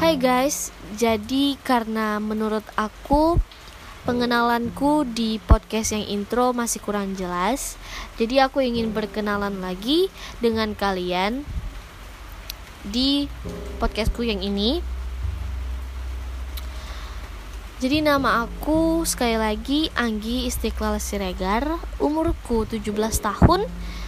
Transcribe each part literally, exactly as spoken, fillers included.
Hai guys, jadi karena menurut aku pengenalanku di podcast yang intro masih kurang jelas, jadi aku ingin berkenalan lagi dengan kalian di podcastku yang ini. Jadi nama aku sekali lagi Anggi Istiqlal Siregar, umurku tujuh belas tahun.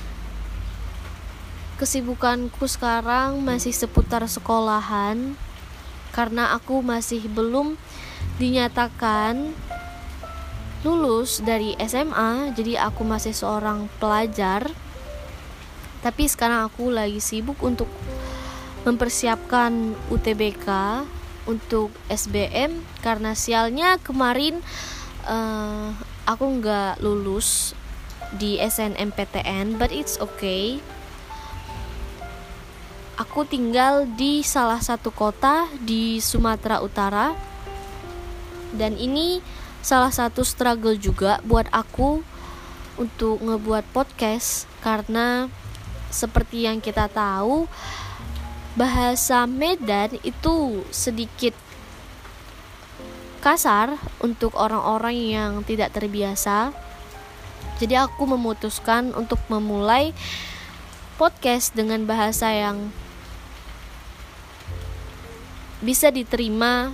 Kesibukanku sekarang masih seputar sekolahan, karena aku masih belum dinyatakan lulus dari S M A, jadi aku masih seorang pelajar. Tapi sekarang aku lagi sibuk untuk mempersiapkan U T B K untuk S B M, karena sialnya kemarin uh, aku nggak lulus di S N M P T N, but it's okay. Aku tinggal di salah satu kota di Sumatera Utara, dan ini salah satu struggle juga buat aku untuk ngebuat podcast, karena seperti yang kita tahu, bahasa Medan itu sedikit kasar untuk orang-orang yang tidak terbiasa. Jadi aku memutuskan untuk memulai podcast dengan bahasa yang bisa diterima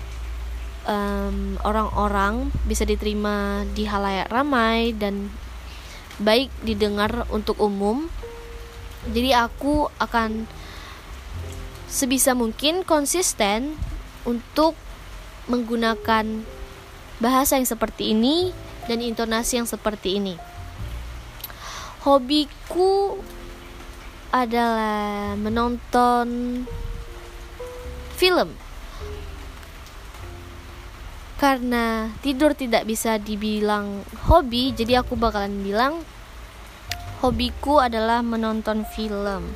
um, orang-orang, bisa diterima di halayak ramai dan baik didengar untuk umum. Jadi aku akan sebisa mungkin konsisten untuk menggunakan bahasa yang seperti ini dan intonasi yang seperti ini. Hobiku adalah menonton film, karena tidur tidak bisa dibilang hobi, jadi aku bakalan bilang hobiku adalah menonton film.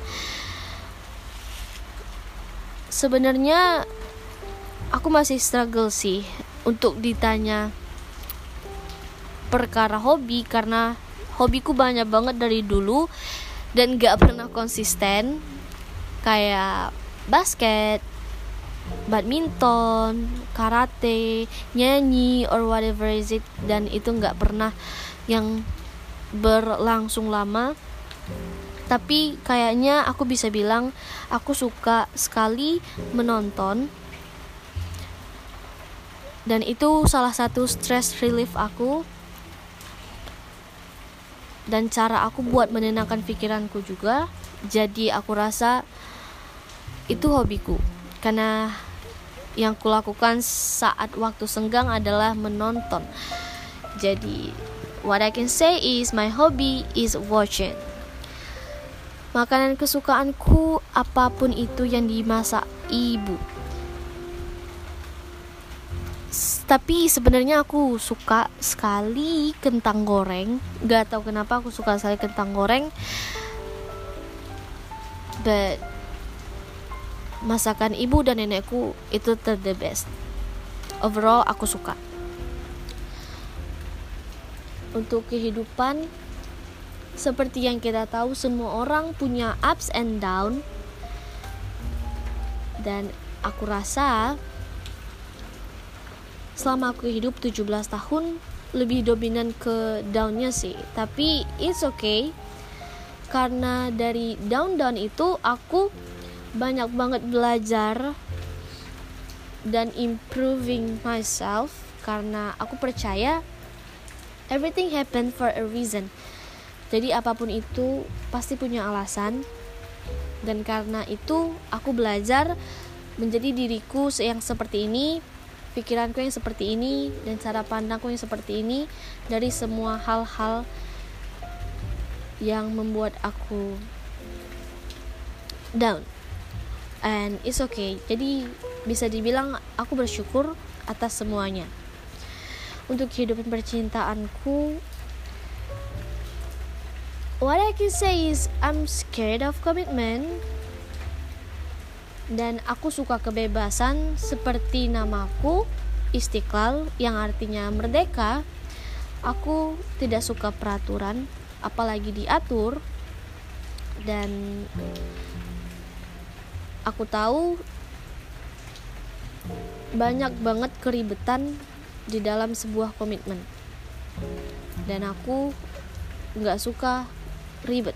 Sebenarnya aku masih struggle sih untuk ditanya perkara hobi, karena hobiku banyak banget dari dulu dan gak pernah konsisten, kayak basket, badminton, karate, nyanyi, or whatever is it, dan itu gak pernah yang berlangsung lama. Tapi kayaknya aku bisa bilang aku suka sekali menonton, dan itu salah satu stress relief aku dan cara aku buat menenangkan pikiranku juga. Jadi aku rasa itu hobiku, karena yang kulakukan saat waktu senggang adalah menonton. Jadi what I can say is my hobby is watching. Makanan kesukaanku apapun itu yang dimasak ibu. S- tapi sebenarnya aku suka sekali kentang goreng. Gak tahu kenapa aku suka sekali kentang goreng, but masakan ibu dan nenekku itu the best. Overall aku suka. Untuk kehidupan, seperti yang kita tahu, semua orang punya ups and down, dan aku rasa selama aku hidup tujuh belas tahun lebih dominan ke downnya sih. Tapi it's okay, karena dari down-down itu aku banyak banget belajar dan improving myself, karena aku percaya everything happen for a reason. Jadi apapun itu pasti punya alasan, dan karena itu aku belajar menjadi diriku yang seperti ini, pikiranku yang seperti ini, dan cara pandangku yang seperti ini dari semua hal-hal yang membuat aku down. And it's okay. Jadi bisa dibilang aku bersyukur atas semuanya. Untuk kehidupan percintaanku, what I can say is I'm scared of commitment, dan aku suka kebebasan seperti namaku Istiqlal, yang artinya merdeka. Aku tidak suka peraturan, apalagi diatur, dan aku tahu banyak banget keribetan di dalam sebuah komitmen, dan aku nggak suka ribet.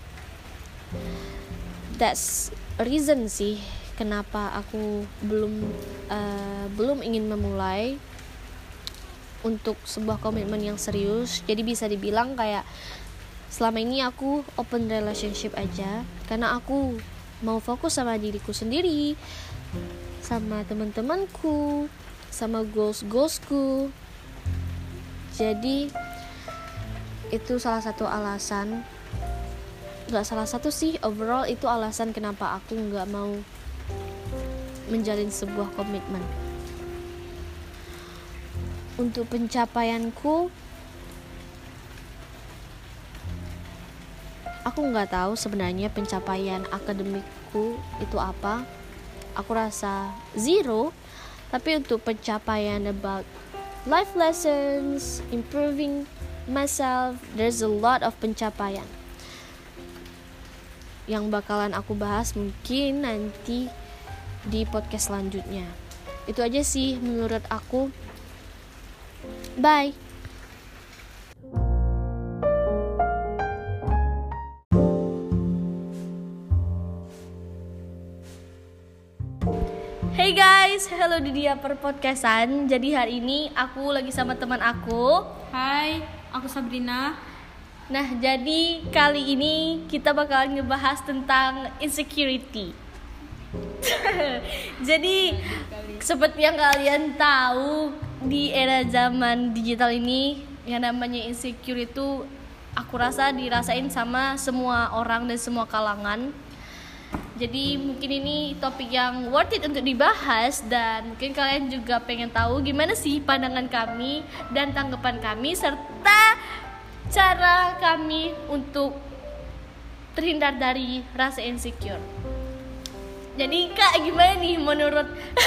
That's a reason sih kenapa aku belum uh, belum ingin memulai untuk sebuah komitmen yang serius. Jadi bisa dibilang kayak selama ini aku open relationship aja, karena aku mau fokus sama diriku sendiri, sama teman-temanku, sama goals-goalsku. Jadi itu salah satu alasan, gak salah satu sih, overall itu alasan kenapa aku gak mau menjalin sebuah komitmen. Untuk pencapaianku, aku gak tahu sebenarnya pencapaian akademikku itu apa. Aku rasa zero. Tapi untuk pencapaian about life lessons, improving myself, there's a lot of pencapaian yang bakalan aku bahas mungkin nanti di podcast selanjutnya. Itu aja sih menurut aku. Bye. Hey guys, hello di dia per podcastan. Jadi hari ini aku lagi sama teman aku. Hai, aku Sabrina. Nah, jadi kali ini kita bakalan ngebahas tentang insecurity. Jadi seperti yang kalian tahu, di era zaman digital ini yang namanya insecure itu aku rasa dirasain sama semua orang dan semua kalangan. Jadi mungkin ini topik yang worth it untuk dibahas, dan mungkin kalian juga pengen tahu gimana sih pandangan kami dan tanggapan kami serta cara kami untuk terhindar dari rasa insecure. Jadi Kak, gimana nih menurut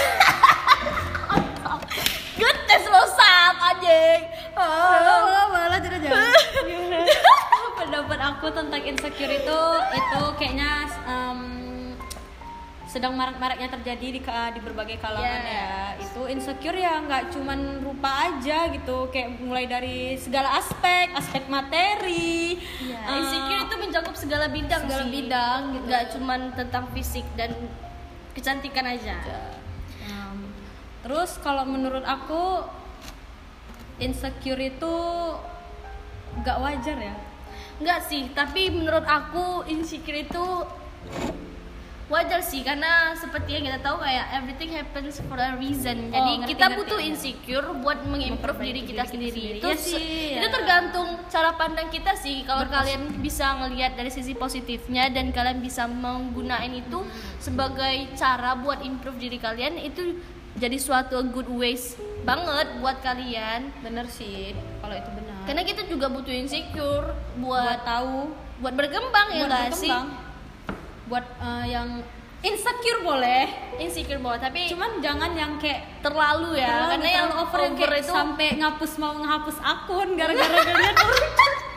getes lo sap anjing. Oh, malah tidak jangan. Pendapat aku tentang insecure itu itu kayaknya um, sedang marak-maraknya terjadi di di berbagai kalangan, yes. Ya. Itu insecure ya nggak cuman rupa aja gitu, kayak mulai dari segala aspek, aspek materi. Yeah. Uh, insecure itu mencakup segala bidang segala sih. bidang gitu. Nggak cuman tentang fisik dan kecantikan aja. Um, terus kalau menurut aku insecure itu nggak wajar ya. Nggak sih, tapi menurut aku insecure itu wajar sih, karena seperti yang kita tahu kayak everything happens for a reason. Jadi oh, ngerti, kita butuh ngerti, insecure ya. Buat mengimprove diri kita diri sendiri. Kita sendiri. Itu ya sih, itu ya. Tergantung cara pandang kita sih. Kalau kalian bisa ngelihat dari sisi positifnya dan kalian bisa menggunakan itu sebagai cara buat improve diri kalian, itu jadi suatu good ways banget buat kalian. Bener sih, kalau itu benar. Karena kita juga butuh insecure buat, buat tahu, buat berkembang ya nggak sih? Buat uh, yang insecure boleh, insecure boleh, tapi cuman jangan yang kayak terlalu ya, terlalu, karena yang over, yang kayak itu sampai ngapus mau ngapus akun gara-gara kalian orang.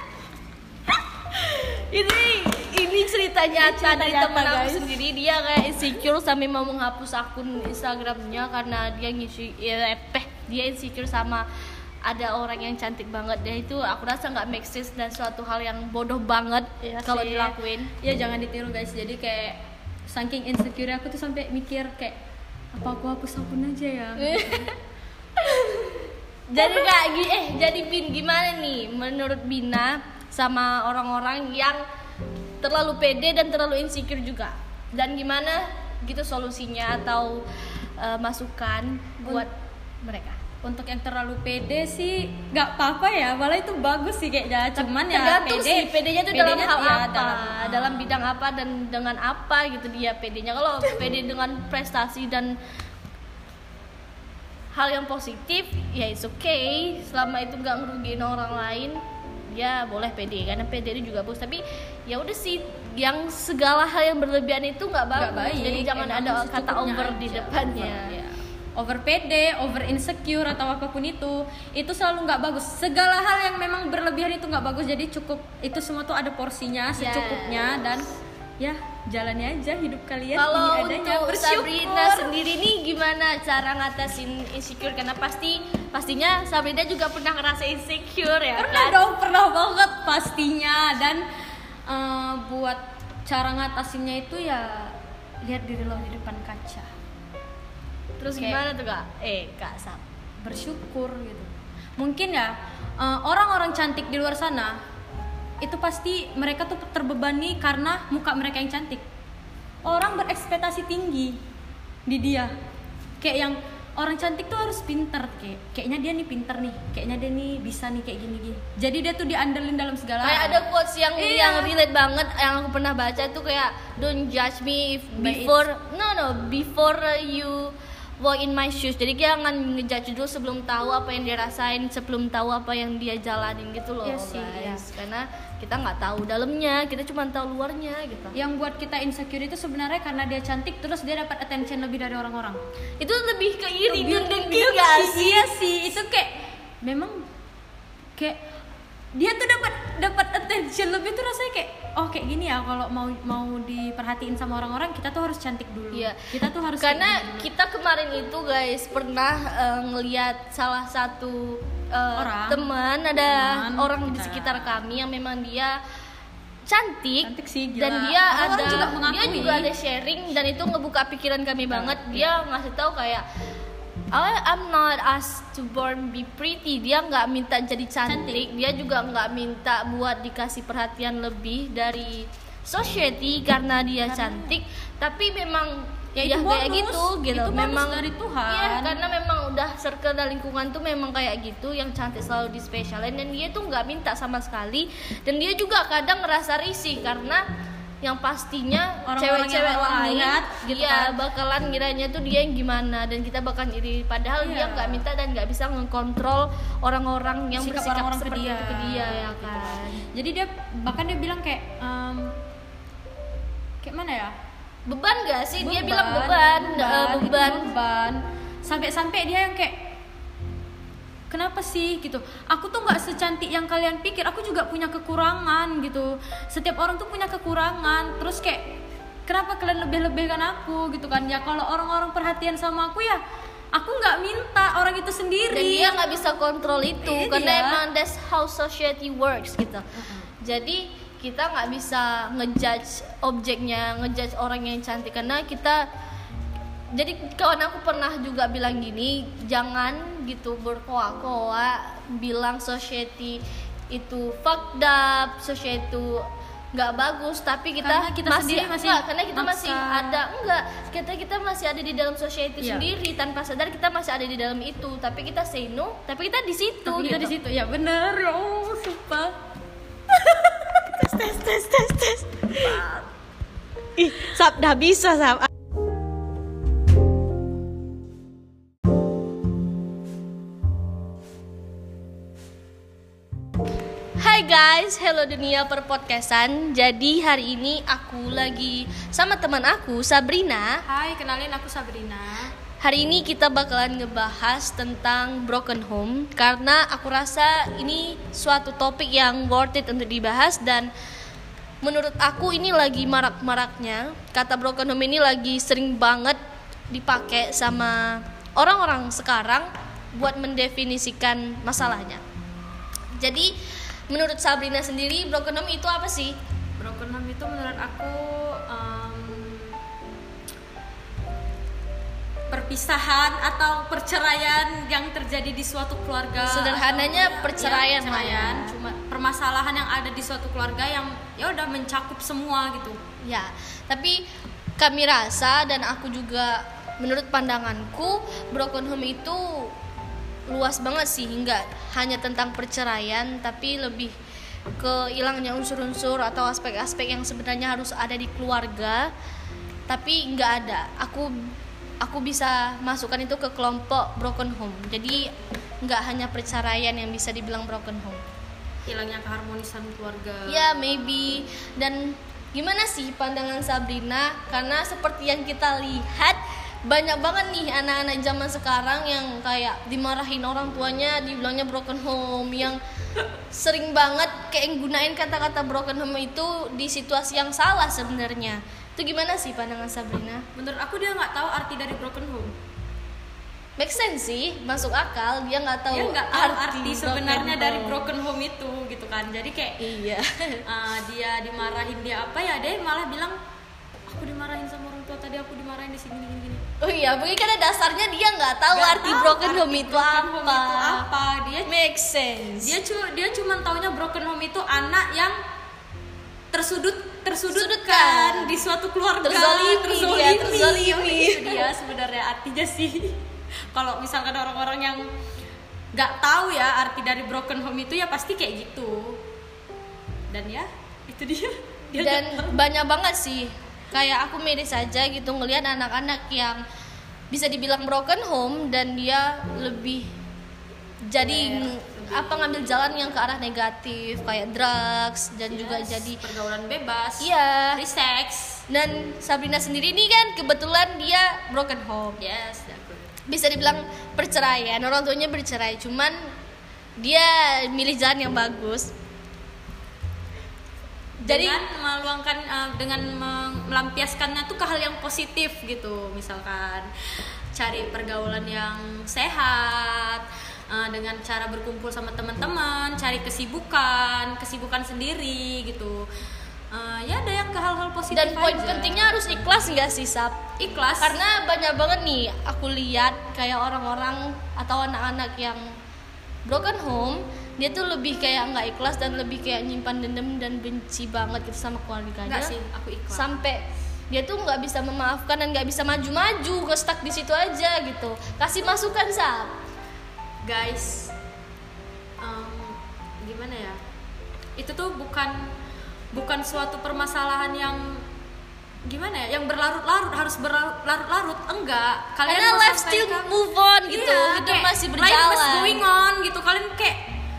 ini ini cerita nyata dari teman aku sendiri, dia kayak insecure sampai mau menghapus akun Instagramnya karena dia ngisi ya, eh, dia insecure sama ada orang yang cantik banget. Dan itu aku rasa nggak make sense dan suatu hal yang bodoh banget ya, kalau dilakuin. Ya jangan ditiru guys. Jadi kayak saking insecure aku tuh sampai mikir kayak apa aku hapus akun aja ya. Jadi Kak, eh jadi Bin, gimana nih menurut Bina sama orang-orang yang terlalu pede dan terlalu insecure juga? Dan gimana gitu solusinya atau uh, masukan buat Un- mereka? Untuk yang terlalu pede sih nggak apa-apa ya, malah itu bagus sih kayaknya. Cuman tergantung ya pede, sih pedenya tuh dalam hal ya, apa, dalam, uh. dalam bidang apa dan dengan apa gitu dia pedenya. Kalau pede dengan prestasi dan hal yang positif ya it's okay, selama itu nggak ngerugiin orang lain ya boleh pede, karena pede itu juga bagus. Tapi ya udah sih, yang segala hal yang berlebihan itu nggak bagus. Gak baik. Jadi jangan ada kata over aja. Di depannya. Over, ya. Over pede, over insecure atau apapun itu, itu selalu nggak bagus. Segala hal yang memang berlebihan itu nggak bagus. Jadi cukup, itu semua tuh ada porsinya secukupnya, yes. Dan ya jalani aja hidup kalian Kalau ini adanya, untuk bersyukur. Sabrina sendiri nih gimana cara ngatasin insecure? Karena pasti pastinya Sabrina juga pernah ngerasa insecure ya Pernah kan? dong, pernah banget pastinya. Dan uh, buat cara ngatasinnya itu ya lihat diri lo di depan kaca. Terus Kayak- gimana tuh kak? Eh kak Sab. Bersyukur gitu. Mungkin ya uh, orang-orang cantik di luar sana itu pasti mereka tuh terbebani karena muka mereka yang cantik. Orang berekspektasi tinggi di dia. Kayak yang orang cantik tuh harus pinter, kayak kayaknya dia nih pinter nih, kayaknya dia nih bisa nih kayak gini-gini. Jadi dia tuh diandelin dalam segala Kayak hal. ada quotes yang Iya. yang relate banget yang aku pernah baca tuh kayak don't judge me if before no no before you walk in my shoes. Jadi jangan ngejudge dulu sebelum tahu apa yang dia rasain, sebelum tahu apa yang dia jalanin gitu loh Iya sih, guys. Karena kita nggak tahu dalamnya, kita cuma tahu luarnya gitu. Yang buat kita insecure itu sebenarnya karena dia cantik terus dia dapat attention lebih dari orang-orang. Itu lebih ke iri dan dengki Iya nggak sih, sih? iya sih. Itu kayak memang kayak dia tuh dapat dapat attention lebih tuh rasanya kayak oh kayak gini ya kalau mau mau diperhatiin sama orang-orang kita tuh harus cantik dulu. Iya. Kita tuh harus Karena kayak gini dulu. kita kemarin itu guys pernah eh, ngelihat salah satu eh, Orang. teman ada Teman orang di kita. sekitar kami yang memang dia cantik, Cantik sih, gila. dan dia Orang-orang ada juga mengakui. dia juga ada sharing dan itu ngebuka pikiran kami banget. Dia ngasih tahu kayak I, I'm not asked to born be pretty. Dia nggak minta jadi cantik. Dia juga nggak minta buat dikasih perhatian lebih dari society karena dia Karena- cantik. Tapi memang Ya, ya, itu kayak bonus. gitu gitu. Itu bonus memang dari Tuhan. Iya, karena memang udah circle dan lingkungan tuh memang kayak gitu. Yang cantik selalu di spesialin dan dia tuh nggak minta sama sekali. Dan dia juga kadang ngerasa risih karena yang pastinya Orang-orang cewek-cewek yang bakalan lain lihat, gitu iya kan. bakalan ngiranya tuh dia yang gimana dan kita bakalan iri padahal Iya. dia nggak minta dan nggak bisa ngekontrol orang-orang yang Sikap bersikap orang-orang ke seperti dia, itu ke dia ya gitu. kan. Jadi dia bahkan dia bilang kayak em, kayak mana ya? Beban gak sih dia bilang beban eh, itu beban beban. Sampai-sampai dia yang kayak kenapa sih gitu, aku tuh nggak secantik yang kalian pikir, aku juga punya kekurangan gitu, setiap orang tuh punya kekurangan, terus kayak kenapa kalian lebih-lebihkan aku gitu kan. Ya kalau orang-orang perhatian sama aku ya aku nggak minta, orang itu sendiri. dan dia nggak bisa kontrol itu Iya, karena dia. emang that's how society works gitu. Jadi kita nggak bisa ngejudge objeknya, ngejudge orang yang cantik karena kita. Jadi kawan aku pernah juga bilang gini, jangan gitu berkoa-koa bilang society itu fucked up, society itu nggak bagus, tapi kita, Karena kita masih, sendiri masih enggak, karena kita masih maksa. ada enggak, kita kita masih ada di dalam society Iya. sendiri tanpa sadar kita masih ada di dalam itu, tapi kita say no, tapi kita di situ Tapi kita gitu. di situ ya bener. Oh sumpah. tes tes tes tes tes. Ih, Sab, dah bisa Sab. Hai guys, hello dunia perpodcastan. Jadi hari ini aku lagi sama teman aku Sabrina. Hai, kenalin aku Sabrina. Hari ini kita bakalan ngebahas tentang broken home karena aku rasa ini suatu topik yang worth it untuk dibahas dan menurut aku ini lagi marak-maraknya. Kata broken home ini lagi sering banget dipakai sama orang-orang sekarang buat mendefinisikan masalahnya. Jadi menurut Sabrina sendiri broken home itu apa sih? Broken home itu menurut aku em, perpisahan atau perceraian yang terjadi di suatu keluarga. Sederhananya Atau- perceraian ya, lah ya. perceraian. Cuma permasalahan yang ada di suatu keluarga yang ya udah mencakup semua gitu. Ya, tapi kami rasa dan aku juga menurut pandanganku broken home itu luas banget sih, nggak hanya tentang perceraian tapi lebih ke hilangnya unsur-unsur atau aspek-aspek yang sebenarnya harus ada di keluarga tapi nggak ada. Aku aku bisa masukkan itu ke kelompok broken home. Jadi nggak hanya perceraian yang bisa dibilang broken home. Hilangnya keharmonisan keluarga. Ya maybe. Dan gimana sih pandangan Sabrina? Karena seperti yang kita lihat banyak banget nih anak-anak zaman sekarang yang kayak dimarahin orang tuanya, dibilangnya broken home, yang sering banget kayak gunain kata-kata broken home itu di situasi yang salah sebenarnya. Itu gimana sih pandangan Sabrina? Menurut aku dia nggak tahu arti dari broken home. Make sense sih, masuk akal. Dia nggak tahu, dia nggak tahu arti, arti sebenarnya dari broken home itu gitu kan. Jadi kayak iya. uh, dia dimarahin dia apa ya, dia malah bilang aku dimarahin sama orang tua tadi, aku dimarahin di sini gini gini. Oh iya, mungkin karena dasarnya dia nggak tahu Gak arti tahu broken arti home itu broken apa. home itu apa. Dia make sense. Dia cuma dia cuma taunya broken home itu anak yang tersudut tersudutkan di suatu keluarga, terzalimi, terzalimi. dia terzalimi. Itu dia sebenarnya artinya sih. Kalau misalkan orang-orang yang nggak tahu ya arti dari broken home itu ya pasti kayak gitu. Dan ya itu dia. dia Dan banyak banget sih. Kayak aku medis aja gitu ngelihat anak-anak yang bisa dibilang broken home dan dia lebih jadi apa ngambil jalan yang ke arah negatif kayak drugs dan yes, juga jadi pergaulan bebas. Iya. Free sex. Dan Sabrina sendiri ini kan kebetulan dia broken home. Yes, aku. Bisa dibilang perceraian, orang tuanya bercerai, cuman dia milih jalan yang bagus. Jadi dengan meluangkan uh, dengan melampiaskannya tuh ke hal yang positif gitu, misalkan cari pergaulan yang sehat, uh, dengan cara berkumpul sama teman-teman, cari kesibukan kesibukan sendiri gitu, uh, ya ada yang ke hal-hal positif. Dan poin aja. pentingnya harus ikhlas nggak sih, Sab? Ikhlas, karena banyak banget nih aku lihat kayak orang-orang atau anak-anak yang broken home, dia tuh lebih kayak nggak ikhlas dan lebih kayak nyimpan dendam dan benci banget gitu sama keluarganya. Enggak sih, aku ikhlas. Sampai dia tuh nggak bisa memaafkan dan nggak bisa maju-maju, nge-stuck di situ aja gitu. Kasih masukan, Sab. Guys, um, gimana ya? Itu tuh bukan bukan suatu permasalahan yang gimana ya, yang berlarut-larut, harus berlarut-larut, enggak. Kalian karena life still move on gitu, iya, itu masih berjalan. Life is going on gitu. Kalian kayak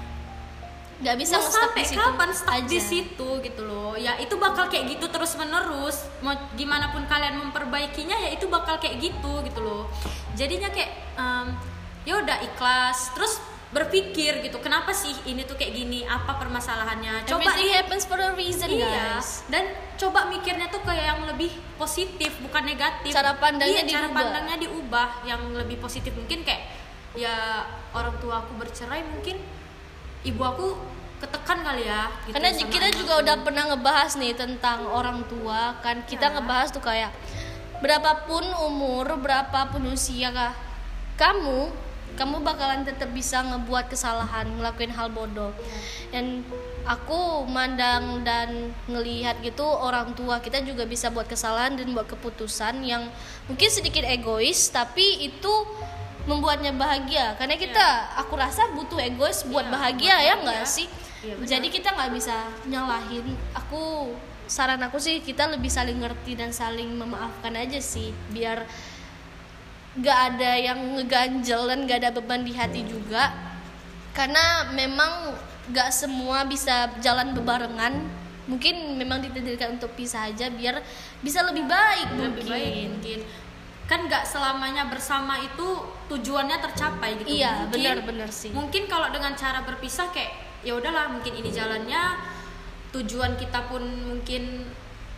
nggak bisa mau nge-stuck sampai di situ kapan stuck aja. di situ gitu loh. Ya itu bakal kayak gitu terus menerus. Mau gimana pun kalian memperbaikinya ya itu bakal kayak gitu gitu loh. Jadinya kayak um, ya udah ikhlas, terus berpikir gitu, kenapa sih ini tuh kayak gini, apa permasalahannya. Coba everything happens for a reason, iya, guys. dan coba mikirnya tuh kayak yang lebih positif, bukan negatif. Cara pandangnya iya, cara diubah. pandangnya diubah yang lebih positif. Mungkin kayak ya orang tua aku bercerai, mungkin ibu aku ketekan kali ya gitu. Karena kita juga aku. udah pernah ngebahas nih tentang orang tua kan, kita ya. ngebahas tuh kayak berapapun umur, berapapun usia kah kamu kamu bakalan tetap bisa ngebuat kesalahan, ngelakuin hal bodoh. Dan aku mandang dan ngelihat gitu, orang tua kita juga bisa buat kesalahan dan buat keputusan yang mungkin sedikit egois, tapi itu membuatnya bahagia. Karena kita, ya. aku rasa butuh egois buat ya, bahagia, ya nggak sih? Ya, jadi kita nggak bisa nyalahin. Aku saran aku sih kita lebih saling ngerti dan saling memaafkan aja sih, biar gak ada yang ngeganjel dan gak ada beban di hati juga. Karena memang gak semua bisa jalan bebarengan. Mungkin memang ditakdirkan untuk pisah aja biar bisa lebih baik. Lebih mungkin. baik mungkin. Kan gak selamanya bersama itu tujuannya tercapai gitu. Iya, benar-benar sih. Mungkin kalau dengan cara berpisah kayak ya udahlah, mungkin ini jalannya, tujuan kita pun mungkin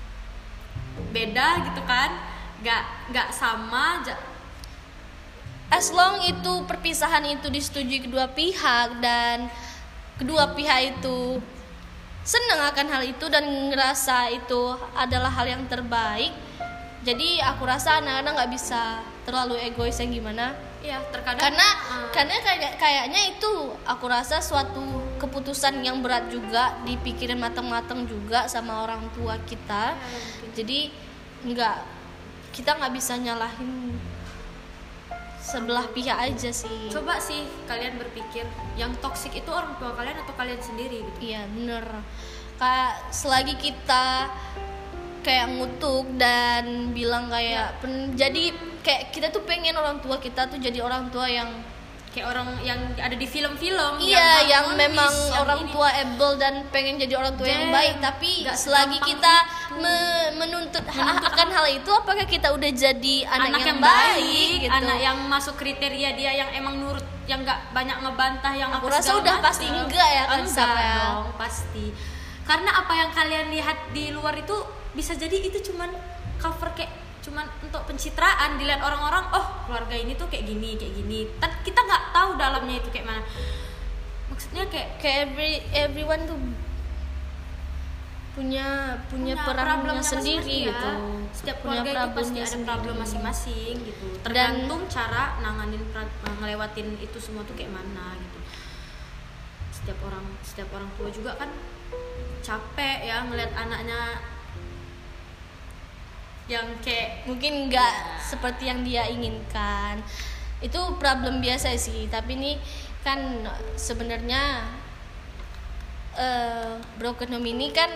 beda gitu kan. Gak gak sama. As long itu perpisahan itu disetujui kedua pihak dan kedua pihak itu senang akan hal itu dan ngerasa itu adalah hal yang terbaik, jadi aku rasa anak-anak nggak bisa terlalu egois yang gimana. Iya, terkadang karena uh, karena kayak kayaknya itu aku rasa suatu keputusan yang berat juga, dipikirin matang-matang juga sama orang tua kita. Ya, jadi nggak kita nggak bisa nyalahin sebelah pihak aja sih. Coba sih kalian berpikir, yang toksik itu orang tua kalian atau kalian sendiri gitu. Iya bener. Kayak selagi kita kayak ngutuk dan bilang kayak ya. pen, jadi kayak kita tuh pengen orang tua kita tuh jadi orang tua yang kayak orang yang ada di film-film. Iya, yang, yang memang yang orang ini. tua able dan pengen jadi orang tua Dan yang baik. Tapi selagi kita me- menuntut, menuntut akan hal itu, apakah kita udah jadi anak, anak yang, yang baik, baik, gitu. anak yang masuk kriteria dia yang emang nurut, yang nggak banyak ngebantah, yang Aku apa rasa segala udah macam. pasti enggak ya kan, enggak Sab, ya? dong pasti, karena apa yang kalian lihat di luar itu bisa jadi itu cuman cover, kayak cuman untuk pencitraan, dilihat orang-orang, oh keluarga ini tuh kayak gini kayak gini, tapi kita nggak tahu dalamnya itu kayak mana. Maksudnya kayak kayak every everyone tuh punya punya, punya perannya problemnya sendiri masing-masing, gitu. ya. Setiap Punya keluarga itu pasti problemnya ada sendiri. problem masing-masing gitu. Tergantung Dan, cara nanganin ngelewatin itu semua tuh kayak mana gitu. Setiap orang setiap orang tua juga kan capek ya ngeliat anaknya yang kayak mungkin nggak ya. seperti yang dia inginkan. Itu problem biasa sih, tapi ini kan sebenarnya uh, broken home ini kan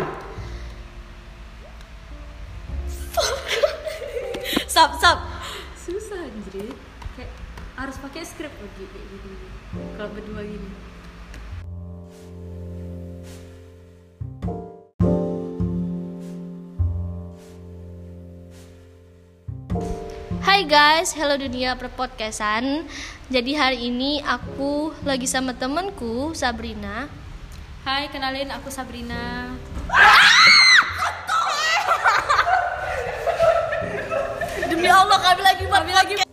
sap sap susah anjir, kayak harus pakai skrip lagi kayak gini kalau berdua gini. Hai guys, hello dunia perpodcastan. Jadi hari ini aku lagi sama temenku Sabrina. Hai, kenalin aku Sabrina. Demi Allah kami lagi kami lagi